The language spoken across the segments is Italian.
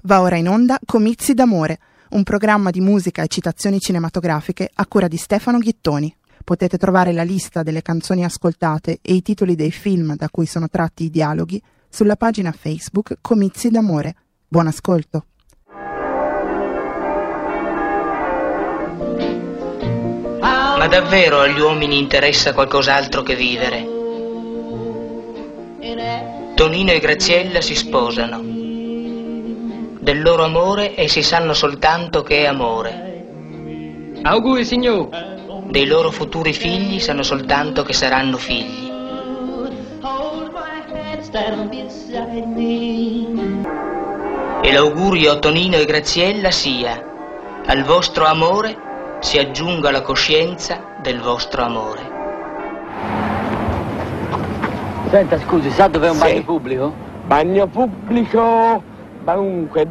Va ora in onda Comizi d'amore, un programma di musica e citazioni cinematografiche a cura di Stefano Ghittoni. Potete trovare la lista delle canzoni ascoltate e i titoli dei film da cui sono tratti i dialoghi sulla pagina Facebook Comizi d'amore. Buon ascolto! Ma davvero agli uomini interessa qualcos'altro che vivere? Tonino e Graziella si sposano. Del loro amore essi sanno soltanto che è amore. Auguri, signor. Dei loro futuri figli sanno soltanto che saranno figli. E l'augurio a Tonino e Graziella sia: al vostro amore si aggiunga la coscienza del vostro amore. Senta, scusi, sa dov'è un bagno pubblico? Bagno pubblico, dunque,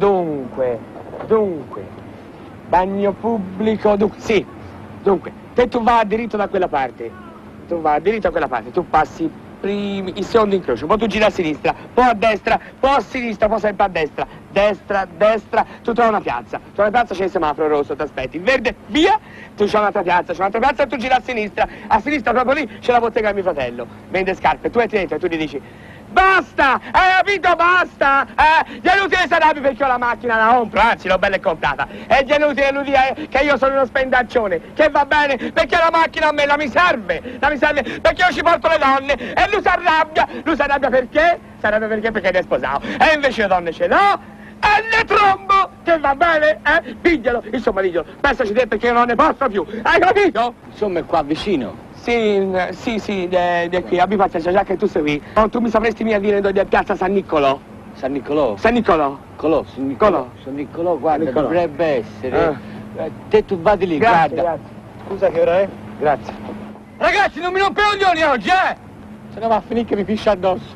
bagno pubblico, sì, dunque, te tu vai diritto da quella parte, tu passi il secondo incrocio, poi tu giri a sinistra, poi a destra, poi a sinistra, poi sempre a destra, tu trovi una piazza, c'è il semaforo rosso, ti aspetti, il verde, via, tu c'è un'altra piazza, e tu giri a sinistra proprio lì c'è la bottega di mio fratello, vende scarpe, tu entri dentro e tu gli dici: basta, hai capito, basta, gli è inutile sarabbi perché ho la macchina, la compro, anzi l'ho bella e comprata, e gli è inutile lui dire che io sono uno spendaccione, che va bene, perché la macchina a me la mi serve, perché io ci porto le donne, e lui si arrabbia perché? Si arrabbia perché è sposato, e invece le donne ce l'ho, e le trombo, che va bene, piglialo, insomma diglielo, pensaci te perché io non ne posso più, hai capito? Insomma è qua vicino. Sì, di qui, abbi pazienza, già che tu sei qui. Oh, tu mi sapresti mica dire dove è piazza San Niccolò? San Niccolò? San Niccolò. San Niccolò, guarda, Niccolò. dovrebbe essere. Te tu vai di lì, Grazie, guarda. grazie. Scusa che ora è? Grazie. Ragazzi, non mi rompete i coglioni oggi, Se no va a finire che mi piscia addosso.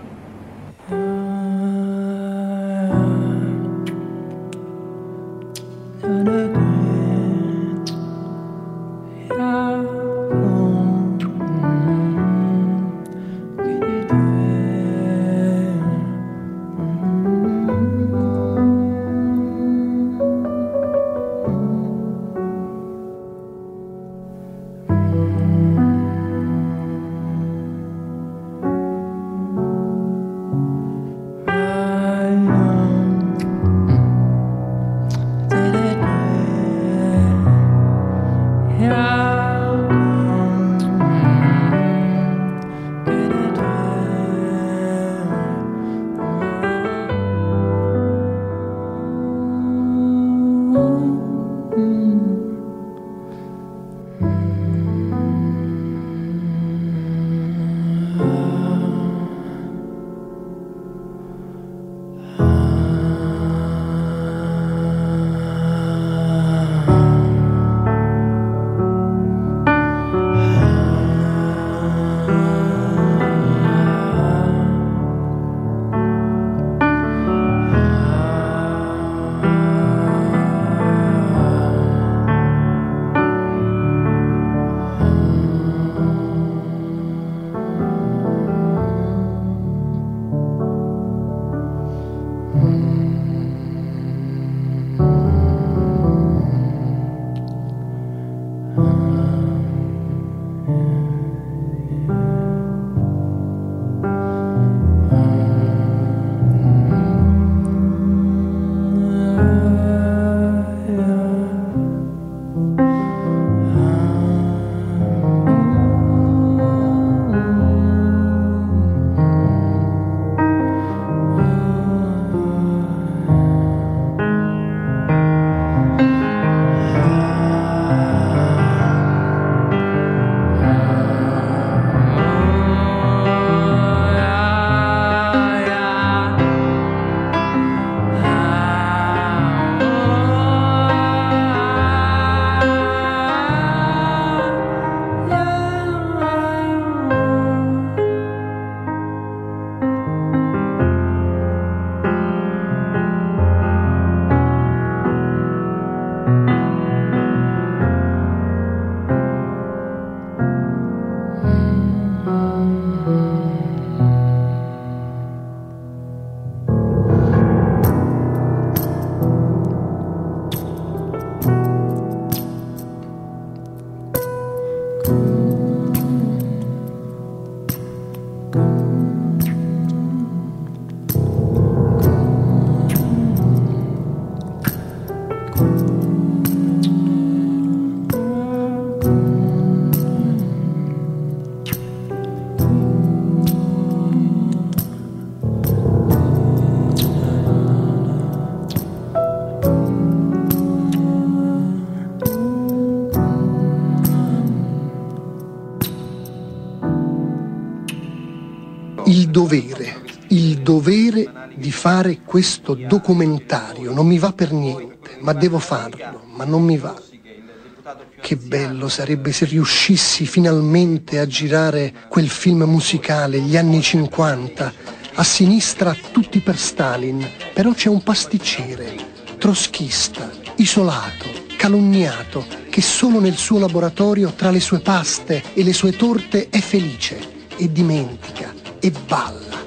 il dovere di fare questo documentario. Non mi va per niente, ma devo farlo, ma non mi va. Che bello sarebbe se riuscissi finalmente a girare quel film musicale, gli anni 50, a sinistra tutti per Stalin, però c'è un pasticcere, troschista, isolato, calunniato, che solo nel suo laboratorio, tra le sue paste e le sue torte, è felice e dimentica e balla.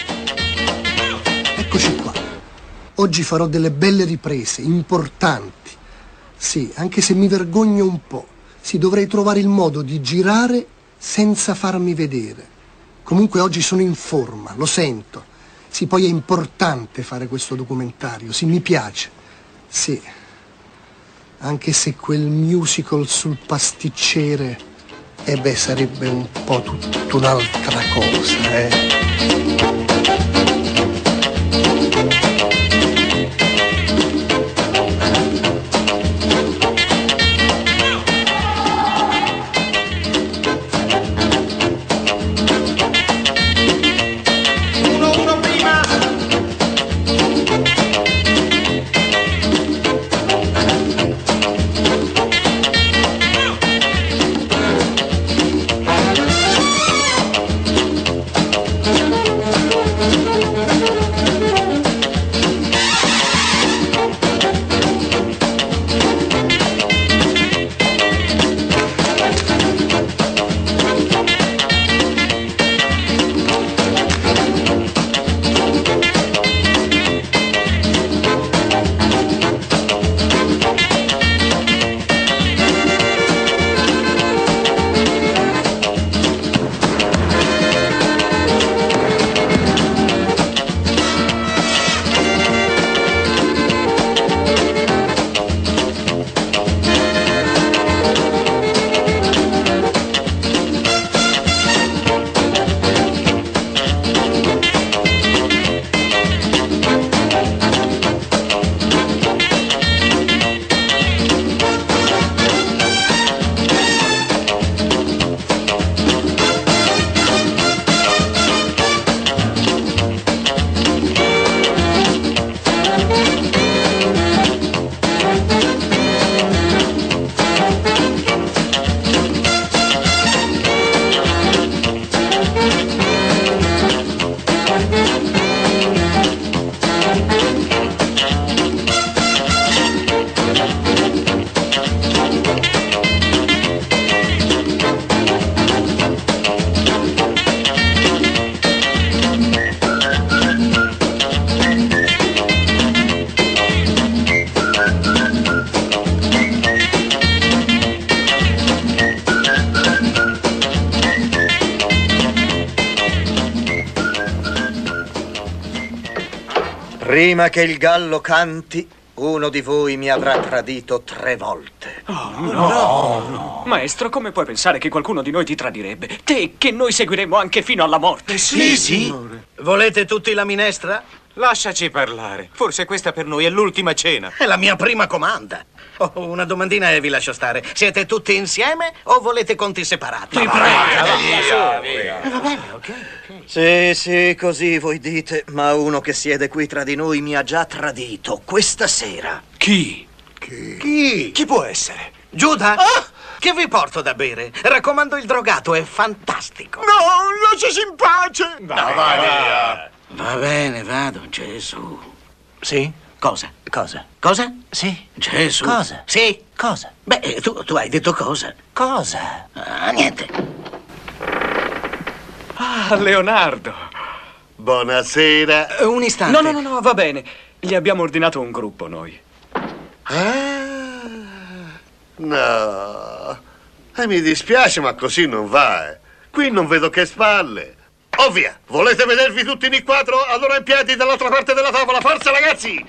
Eccoci qua. Oggi farò delle belle riprese, importanti. Sì, anche se mi vergogno un po'. Sì, dovrei trovare il modo di girare senza farmi vedere. Comunque oggi sono in forma, lo sento. Sì, poi è importante fare questo documentario. Sì, mi piace. Sì. Anche se quel musical sul pasticcere, sarebbe un po' tutta un'altra cosa, Prima che il gallo canti, uno di voi mi avrà tradito 3 volte. Oh, no. Maestro, come puoi pensare che qualcuno di noi ti tradirebbe? Te, che noi seguiremo anche fino alla morte. Sì, signore. Volete tutti la minestra? Lasciaci parlare. Forse questa per noi è l'ultima cena. È la mia prima comanda. Oh, una domandina e vi lascio stare. Siete tutti insieme o volete conti separati? Ti prego. Va bene, ok. Sì, così voi dite. Ma uno che siede qui tra di noi mi ha già tradito questa sera. Chi? Chi può essere? Giuda? Che vi porto da bere? Raccomando il drogato, è fantastico. No, lasciaci in pace. Va via. Va bene, vado, Gesù. Sì? Cosa? Cosa? Sì. Gesù. Cosa? Sì. Cosa? Beh, tu hai detto cosa? Cosa? Niente. Ah, Leonardo. Buonasera. Un istante. No, va bene. Gli abbiamo ordinato un gruppo, noi. No. Mi dispiace, ma così non va, Qui non vedo che spalle. Oh via, volete vedervi tutti in quattro? Allora in piedi dall'altra parte della tavola, forza ragazzi!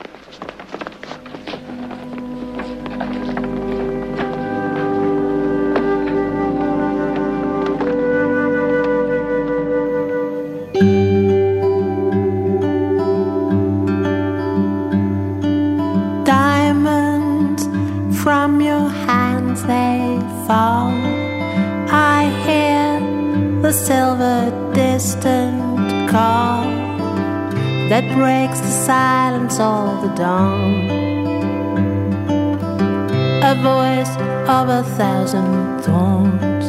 Diamonds from your hands they fall. I hear the silver distant call that breaks the silence of the dawn, a voice of 1,000 thorns.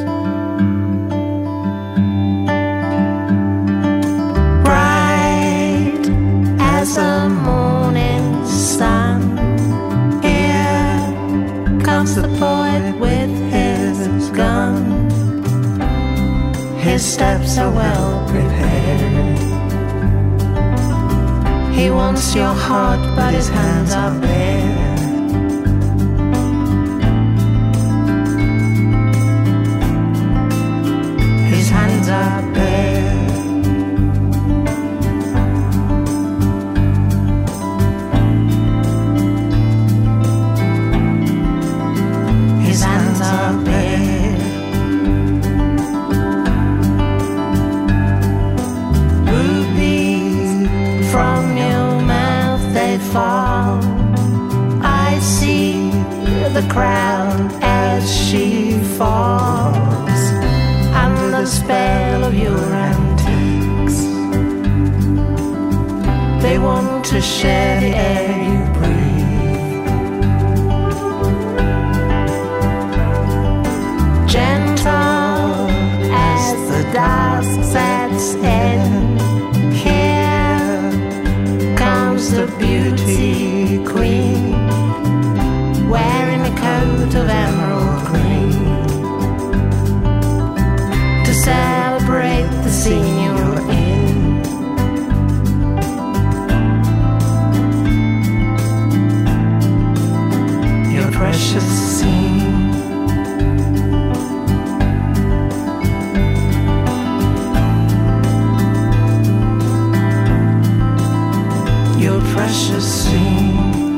Bright as the morning sun, here comes the poet with his gun. His steps are well prepared. He wants your heart, but his hands are bare. His hands are bare. His hands are bare. Rubies from your mouth they fall. I see the crowd as she falls under the spell of your antiques. They want to share the air you breathe. Gentle as the dusk sets in, here comes the beauty queen, wearing a coat of emerald green, to celebrate the scene you're in. Your precious scene. Your precious scene.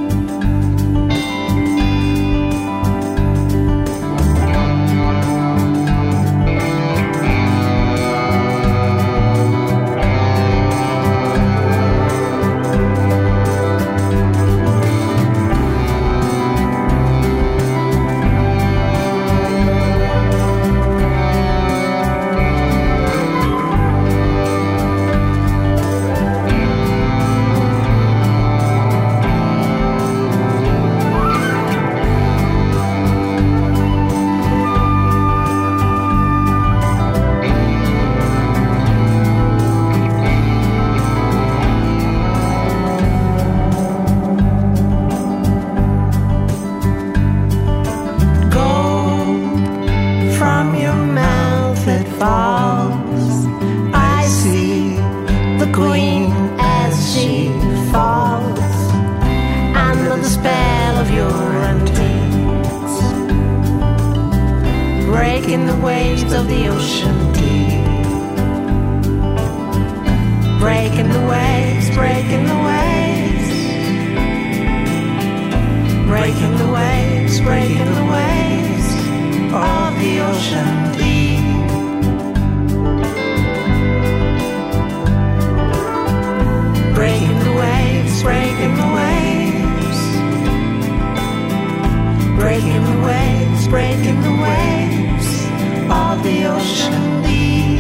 Breaking the waves of the ocean deep. Breaking the waves, breaking the waves. Breaking the waves, breaking the waves of the ocean deep. Breaking the waves, breaking the waves. Breaking the waves, breaking the waves of the ocean deep.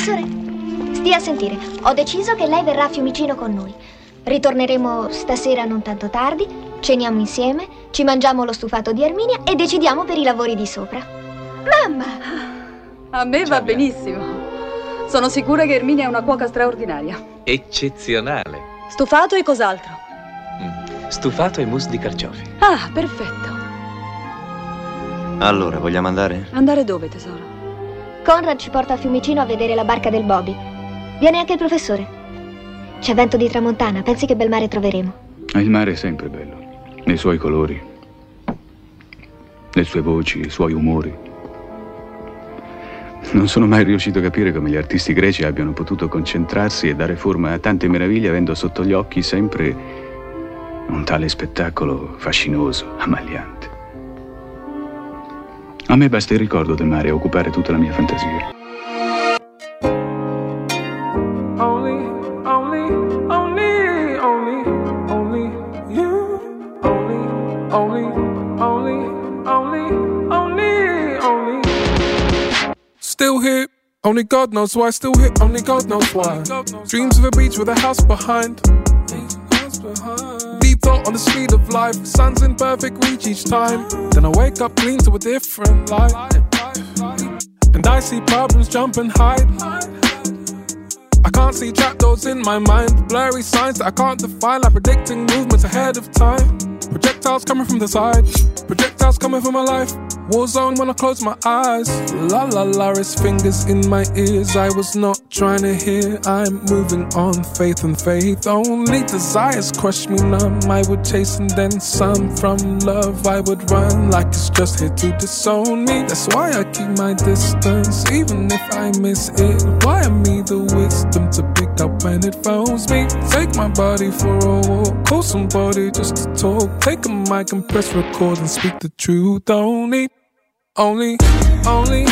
Professore, stia a sentire. Ho deciso che lei verrà a Fiumicino con noi. Ritorneremo stasera non tanto tardi, ceniamo insieme, ci mangiamo lo stufato di Erminia e decidiamo per i lavori di sopra. Mamma! A me va benissimo. Sono sicura che Erminia è una cuoca straordinaria. Eccezionale. Stufato e cos'altro? Stufato e mousse di carciofi. Ah, perfetto. Allora, vogliamo andare? Andare dove, tesoro? Conrad ci porta a Fiumicino a vedere la barca del Bobby. Viene anche il professore. C'è vento di tramontana, pensi che bel mare troveremo? Il mare è sempre bello, nei suoi colori, le sue voci, i suoi umori. Non sono mai riuscito a capire come gli artisti greci abbiano potuto concentrarsi e dare forma a tante meraviglie avendo sotto gli occhi sempre un tale spettacolo fascinoso, ammagliante. A me basta il ricordo del mare a occupare tutta la mia fantasia. Still here, only God knows why. Still here, only God knows why. Dreams of a beach with a house behind. Deep thought on the speed of life. Sun's in perfect reach each time. Then I wake up clean to a different light. And I see problems jump and hide. I can't see trapdoors in my mind. Blurry signs that I can't define, like predicting movements ahead of time. Projectiles coming from the side. Projectiles coming from my life. War zone when I close my eyes. La la la, his fingers in my ears. I was not trying to hear. I'm moving on, faith and faith. Only desires crush me numb. I would chase and then some. From love I would run like it's just here to disown me. That's why I keep my distance, even if I miss it. Why am me the wisdom to pick up when it phones me? Take my body for a walk. Call somebody just to talk. Take a mic and press record and speak the truth. Only you, only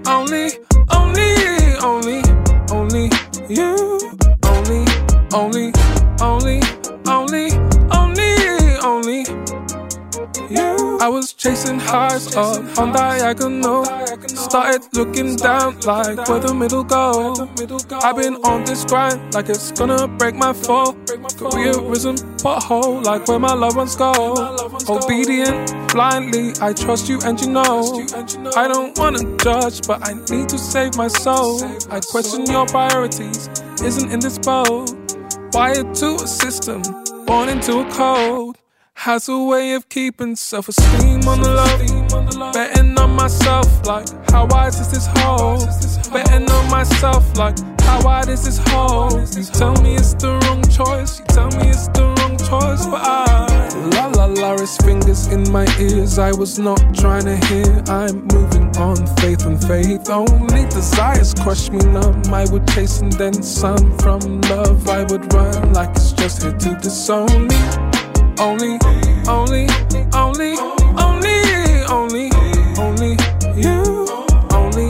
you. I was chasing highs up on diagonal. Started looking down like where the middle go. I've been on this grind like it's gonna break my fall. Careerism pothole like where my loved ones go. Obedient blindly, I trust you and you know. I don't wanna judge, but I need to save my soul. I question your priorities, isn't in this boat. Wired to a system, born into a code. Has a way of keeping self-esteem on the low. Betting on myself like, how wise is this hole? Betting on myself like, how wide is this hole? You tell me it's the wrong choice. You tell me it's the wrong choice. But la la la, his fingers in my ears. I was not trying to hear. I'm moving on, faith and faith. Only desires crush me numb. I would chase and then some. From love I would run like it's just here to disown me. Only you, only you, only you, only you, only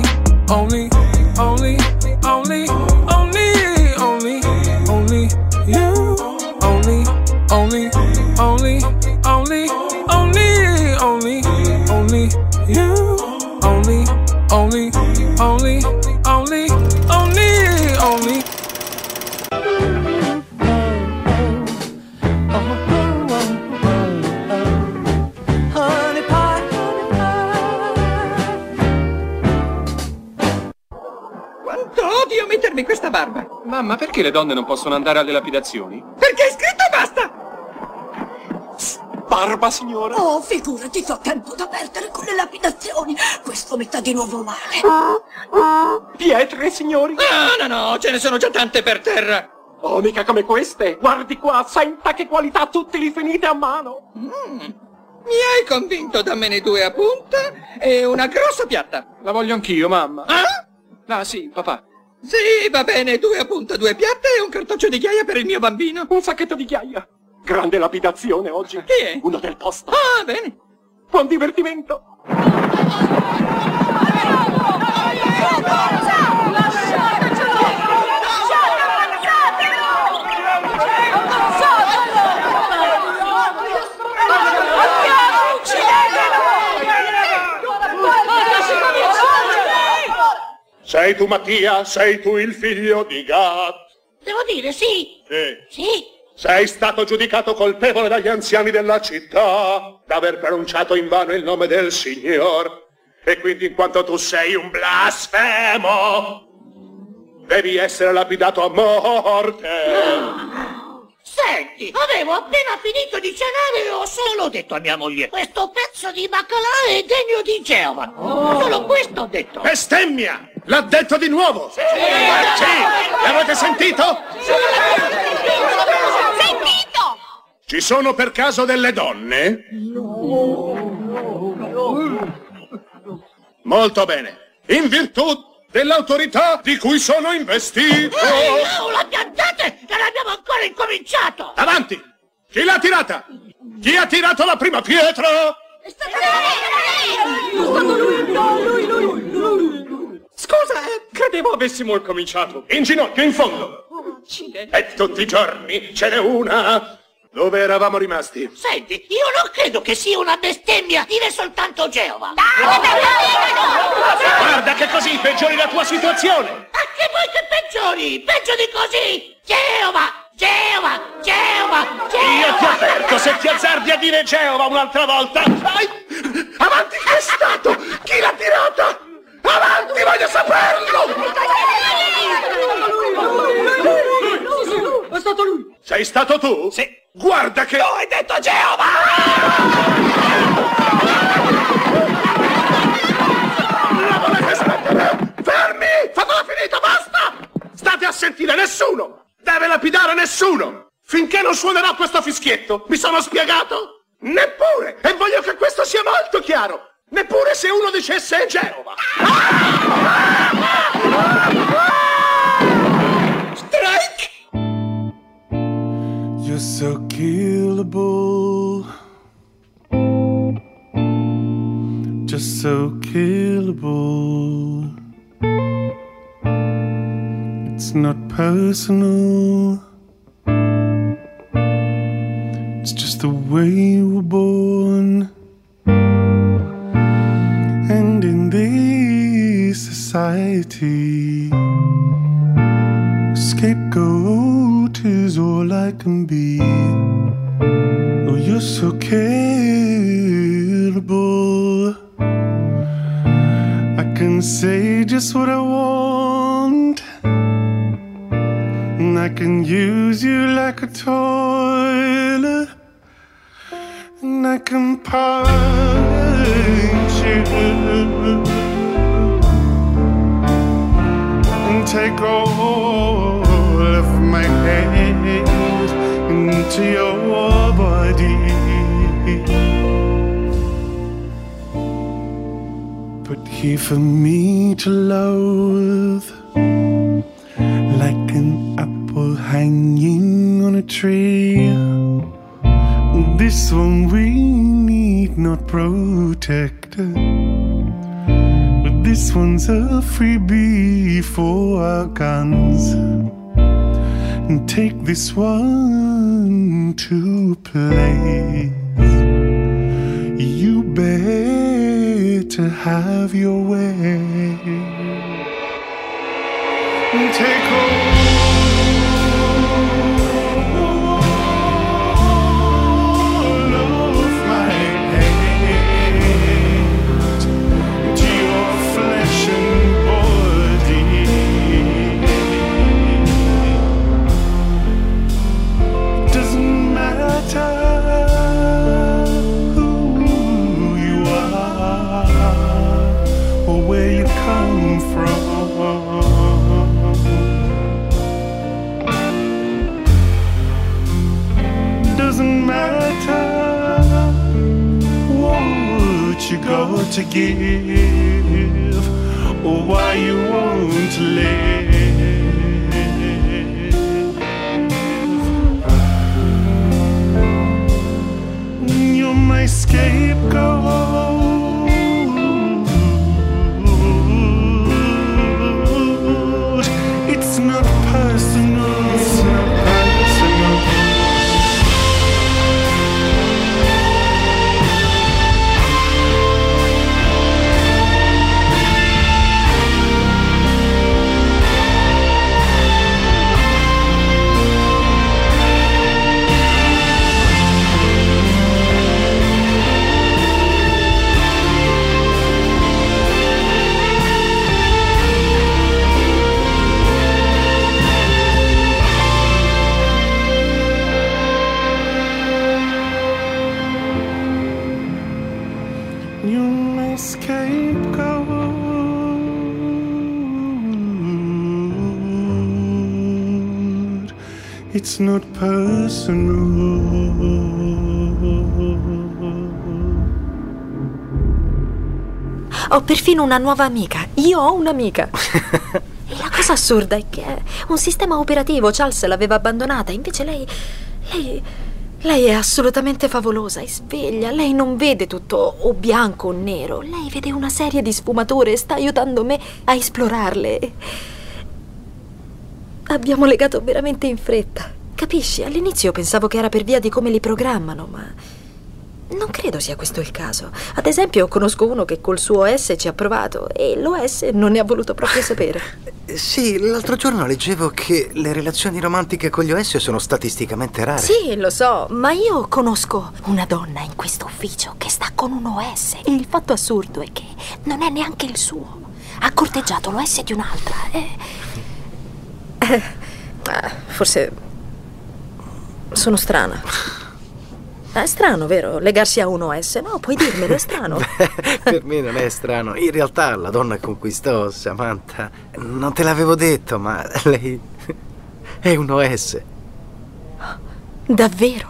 Odio mettermi questa barba. Mamma, perché le donne non possono andare alle lapidazioni? Perché è scritto basta! Barba, signora? Oh, figurati, fa tempo da perdere con le lapidazioni. Questo mi dà di nuovo male. Pietre, signori? No, ce ne sono già tante per terra. Oh, mica come queste. Guardi qua, senta che qualità, tutte li finite a mano. Mi hai convinto, dammene 2 a punta e una grossa piatta. La voglio anch'io, mamma. Ah, sì, papà. Sì, va bene, 2 a punta, 2 piatte e un cartoccio di ghiaia per il mio bambino. Un sacchetto di ghiaia. Grande lapidazione oggi. Chi è? Uno del posto. Ah, bene. Buon divertimento. Sei tu Mattia? Sei tu il figlio di Gat? Devo dire sì. Sì. Sei stato giudicato colpevole dagli anziani della città d'aver pronunciato invano il nome del Signor. E quindi in quanto tu sei un blasfemo, devi essere lapidato a morte. Senti, avevo appena finito di cenare e ho solo detto a mia moglie: questo pezzo di baccalà è degno di Geova. Solo questo ho detto. Bestemmia! L'ha detto di nuovo! Sì! L'avete sentito? Sentito! Ci sono per caso delle donne? Molto bene. In virtù dell'autorità di cui sono investito. No, la piantate! Non abbiamo ancora incominciato! Avanti! Chi l'ha tirata? Chi ha tirato la prima pietra? È stato lui! No, lui! Scusa, credevo avessimo cominciato. In ginocchio, in fondo. E tutti i giorni ce n'è una. Dove eravamo rimasti? Senti, io non credo che sia una bestemmia dire soltanto Geova. Guarda che così peggiori la tua situazione. Anche voi che peggiori, peggio di così. Geova! Io ti avverto, se ti azzardi a dire Geova un'altra volta. Vai! Avanti, che è stato? Chi l'ha tirata? Avanti, voglio saperlo! È stato lui! Sei stato tu? Sì. Guarda che... Tu hai detto Geova! La volete smettere? Fermi! Fatela finita, basta! State a sentire, nessuno deve lapidare nessuno finché non suonerà questo fischietto. Mi sono spiegato? Neppure! E voglio che questo sia molto chiaro. Neppure se uno dicesse Geova. Strike! You're so killable, just so killable. It's not personal, it's just the way you were born. And in this society, scapegoat is all I can be. Oh, you're so killable. I can say just what I want, and I can use you like a toilet, and I can punch you and take all of my hate into your body. But here for me to loathe, like an apple hanging on a tree. This one we need not protect, but this one's a freebie for our guns. And take this one to place. You better have your way. And take all of my hate to your flesh and body. It doesn't matter who you are or where you come from. Doesn't matter what you got to give or why you want to live. You're my scapegoat. It's not personal. It's not personal. It's not personal. Ho perfino una nuova amica. Io ho un'amica. E la cosa assurda è che un sistema operativo Charles l'aveva abbandonata, invece lei è assolutamente favolosa e sveglia. Lei non vede tutto o bianco o nero. Lei vede una serie di sfumature e sta aiutando me a esplorarle. Abbiamo legato veramente in fretta. Capisci? All'inizio pensavo che era per via di come li programmano, ma non credo sia questo il caso. Ad esempio, conosco uno che col suo OS ci ha provato e l'OS non ne ha voluto proprio sapere. Sì, l'altro giorno leggevo che le relazioni romantiche con gli OS sono statisticamente rare. Sì, lo so, ma io conosco una donna in questo ufficio che sta con un OS e il fatto assurdo è che non è neanche il suo. Ha corteggiato l'OS di un'altra. Forse sono strana. È strano, vero? Legarsi a un OS? No, puoi dirmelo, è strano. Per me non è strano. In realtà la donna con cui sto, Samantha, non te l'avevo detto, ma lei è un OS. Davvero?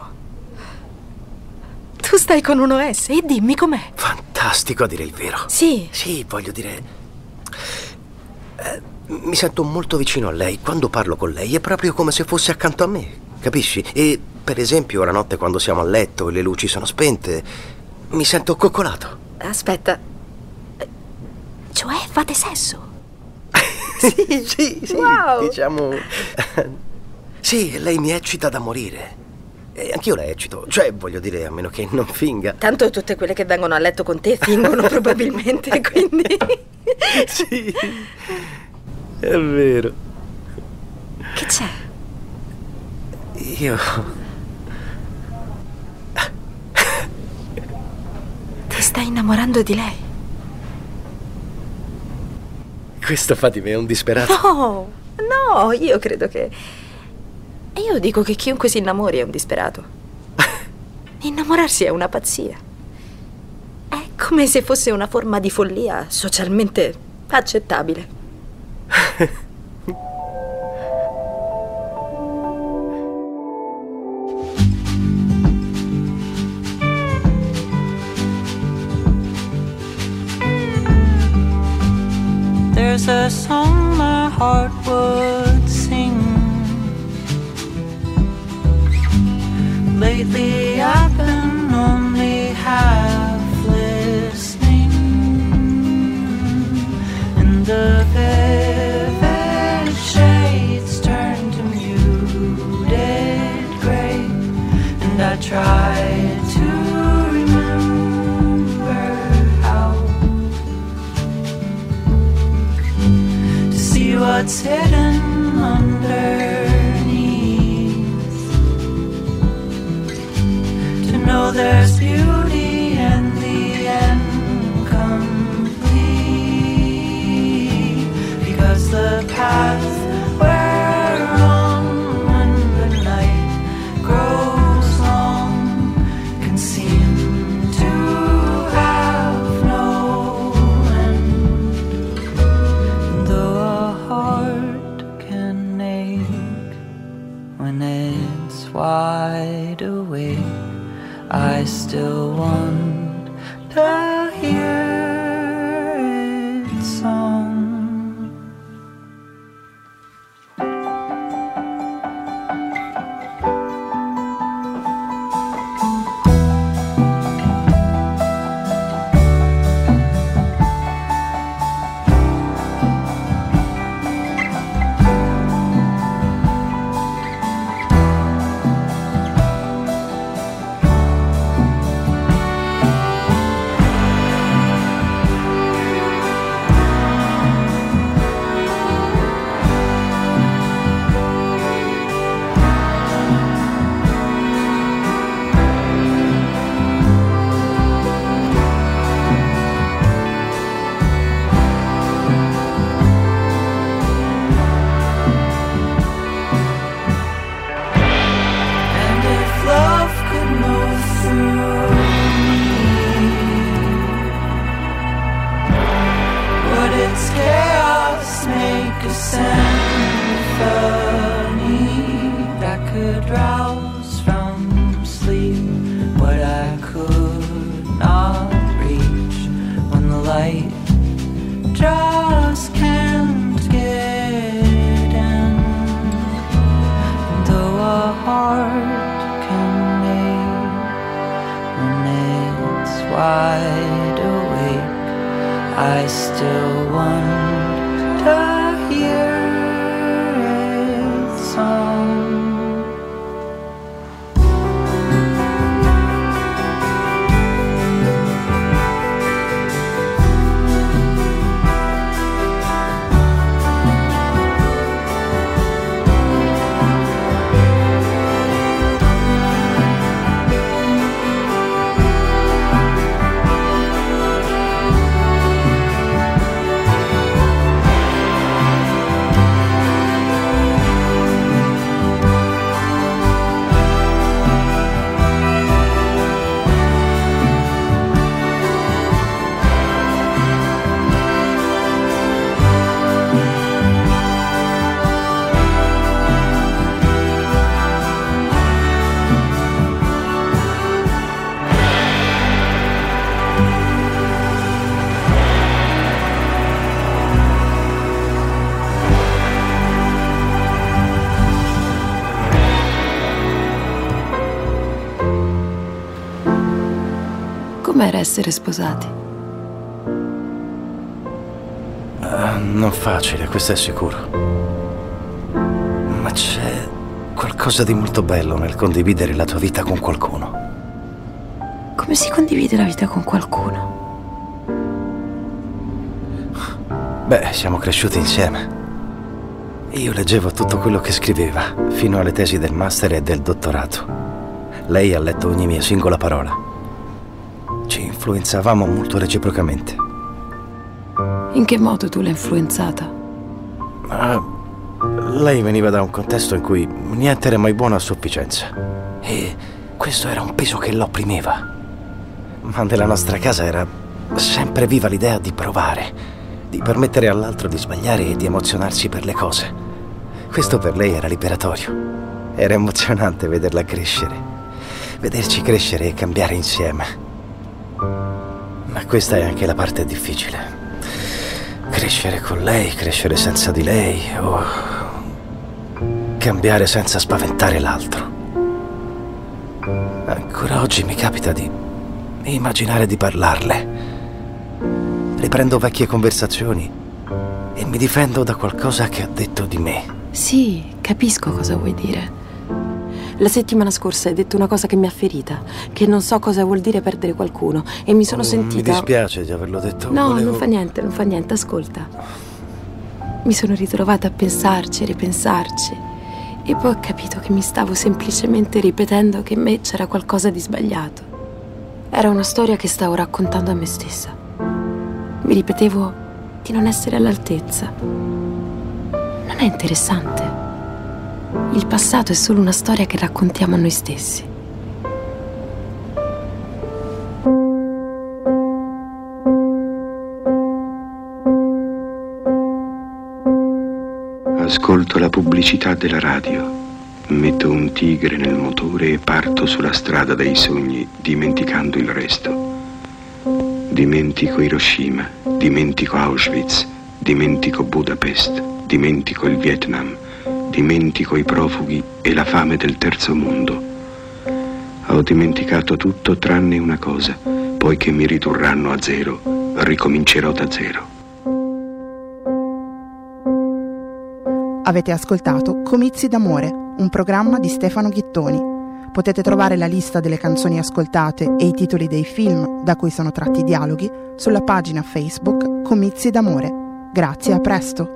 Tu stai con un OS e dimmi com'è. Fantastico, a dire il vero. Sì? Sì, voglio dire... mi sento molto vicino a lei. Quando parlo con lei è proprio come se fosse accanto a me, capisci? E per esempio la notte quando siamo a letto e le luci sono spente, mi sento coccolato. Aspetta. Cioè fate sesso? Sì, wow. Diciamo... Sì, lei mi eccita da morire. E anch'io la eccito. Cioè, voglio dire, a meno che non finga. Tanto tutte quelle che vengono a letto con te fingono probabilmente, quindi... Sì, è vero. Che c'è? Io... Ti stai innamorando di lei? Questo fa di me un disperato. No, io credo che... Io dico che chiunque si innamori è un disperato. Innamorarsi è una pazzia. È come se fosse una forma di follia socialmente accettabile. There's a song my heart would sing. Lately I've been only half listening, and the vivid shades turn to muted gray, and I try to remember how to see what's hidden underneath, to know there's beauty and the end complete, because the path we're on when the night grows long can seem to have no end. And though a heart can ache when it's wide awake, I still want to hear its song. Chaos make a symphony that could I still wonder hear its song. Com'era essere sposati? Non facile, questo è sicuro. Ma c'è qualcosa di molto bello nel condividere la tua vita con qualcuno. Come si condivide la vita con qualcuno? Beh, siamo cresciuti insieme. Io leggevo tutto quello che scriveva, fino alle tesi del master e del dottorato. Lei ha letto ogni mia singola parola. Ci influenzavamo molto reciprocamente. In che modo tu l'hai influenzata? Lei veniva da un contesto in cui niente era mai buono a sufficienza. E questo era un peso che l'opprimeva. Ma nella nostra casa era sempre viva l'idea di provare, di permettere all'altro di sbagliare e di emozionarsi per le cose. Questo per lei era liberatorio. Era emozionante vederla crescere, vederci crescere e cambiare insieme. Ma questa è anche la parte difficile. Crescere con lei, crescere senza di lei, o cambiare senza spaventare l'altro. Ancora oggi mi capita di immaginare di parlarle. Riprendo vecchie conversazioni e mi difendo da qualcosa che ha detto di me. Sì, capisco cosa vuoi dire. La settimana scorsa hai detto una cosa che mi ha ferita, che non so cosa vuol dire perdere qualcuno, e mi sono sentita... Mi dispiace di averlo detto. No, non fa niente, ascolta. Mi sono ritrovata a pensarci e ripensarci, e poi ho capito che mi stavo semplicemente ripetendo che in me c'era qualcosa di sbagliato. Era una storia che stavo raccontando a me stessa. Mi ripetevo di non essere all'altezza. Non è interessante? Il passato è solo una storia che raccontiamo a noi stessi. Ascolto la pubblicità della radio, metto un tigre nel motore e parto sulla strada dei sogni, dimenticando il resto. Dimentico Hiroshima, dimentico Auschwitz, dimentico Budapest, dimentico il Vietnam, dimentico i profughi e la fame del terzo mondo. Ho dimenticato tutto tranne una cosa, poiché mi ridurranno a zero, ricomincerò da zero. Avete ascoltato Comizi d'amore, un programma di Stefano Ghittoni. Potete trovare la lista delle canzoni ascoltate e i titoli dei film da cui sono tratti i dialoghi sulla pagina Facebook Comizi d'amore. Grazie, a presto.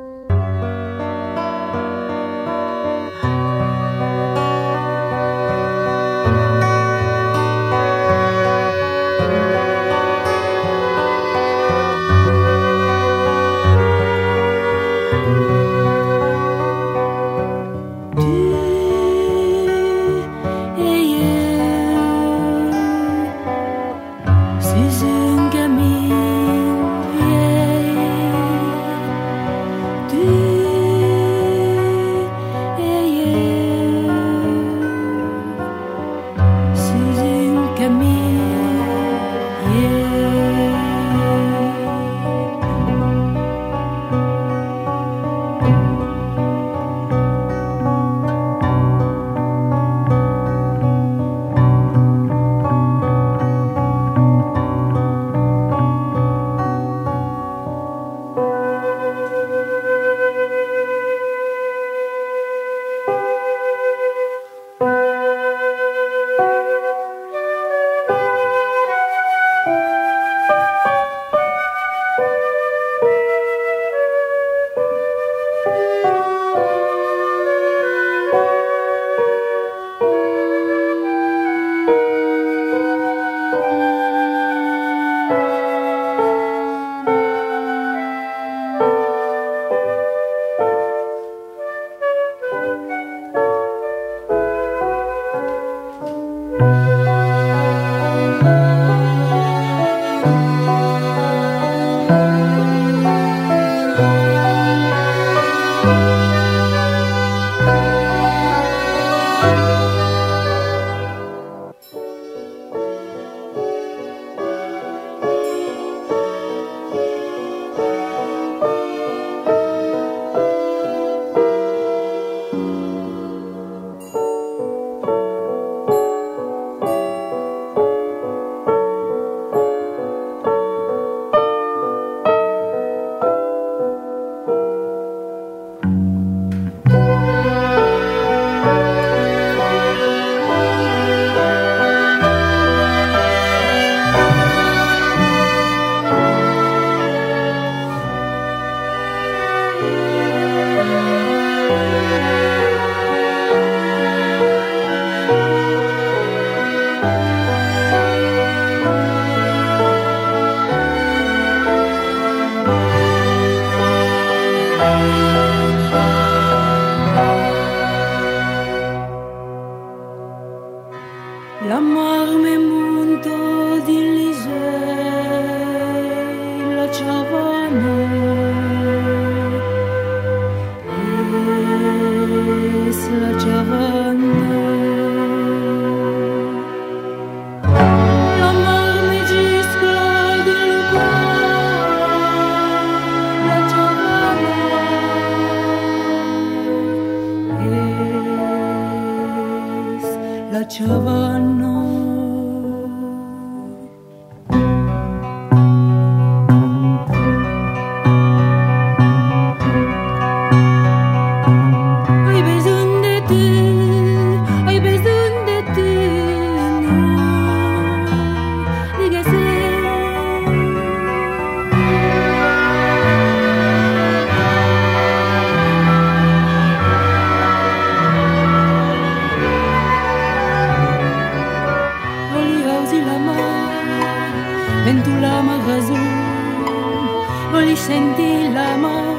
L'amor me munto di Lisei, la giovane, la giovane. L'amor me giscla di la giovane, la giovane. Voli senti l'amore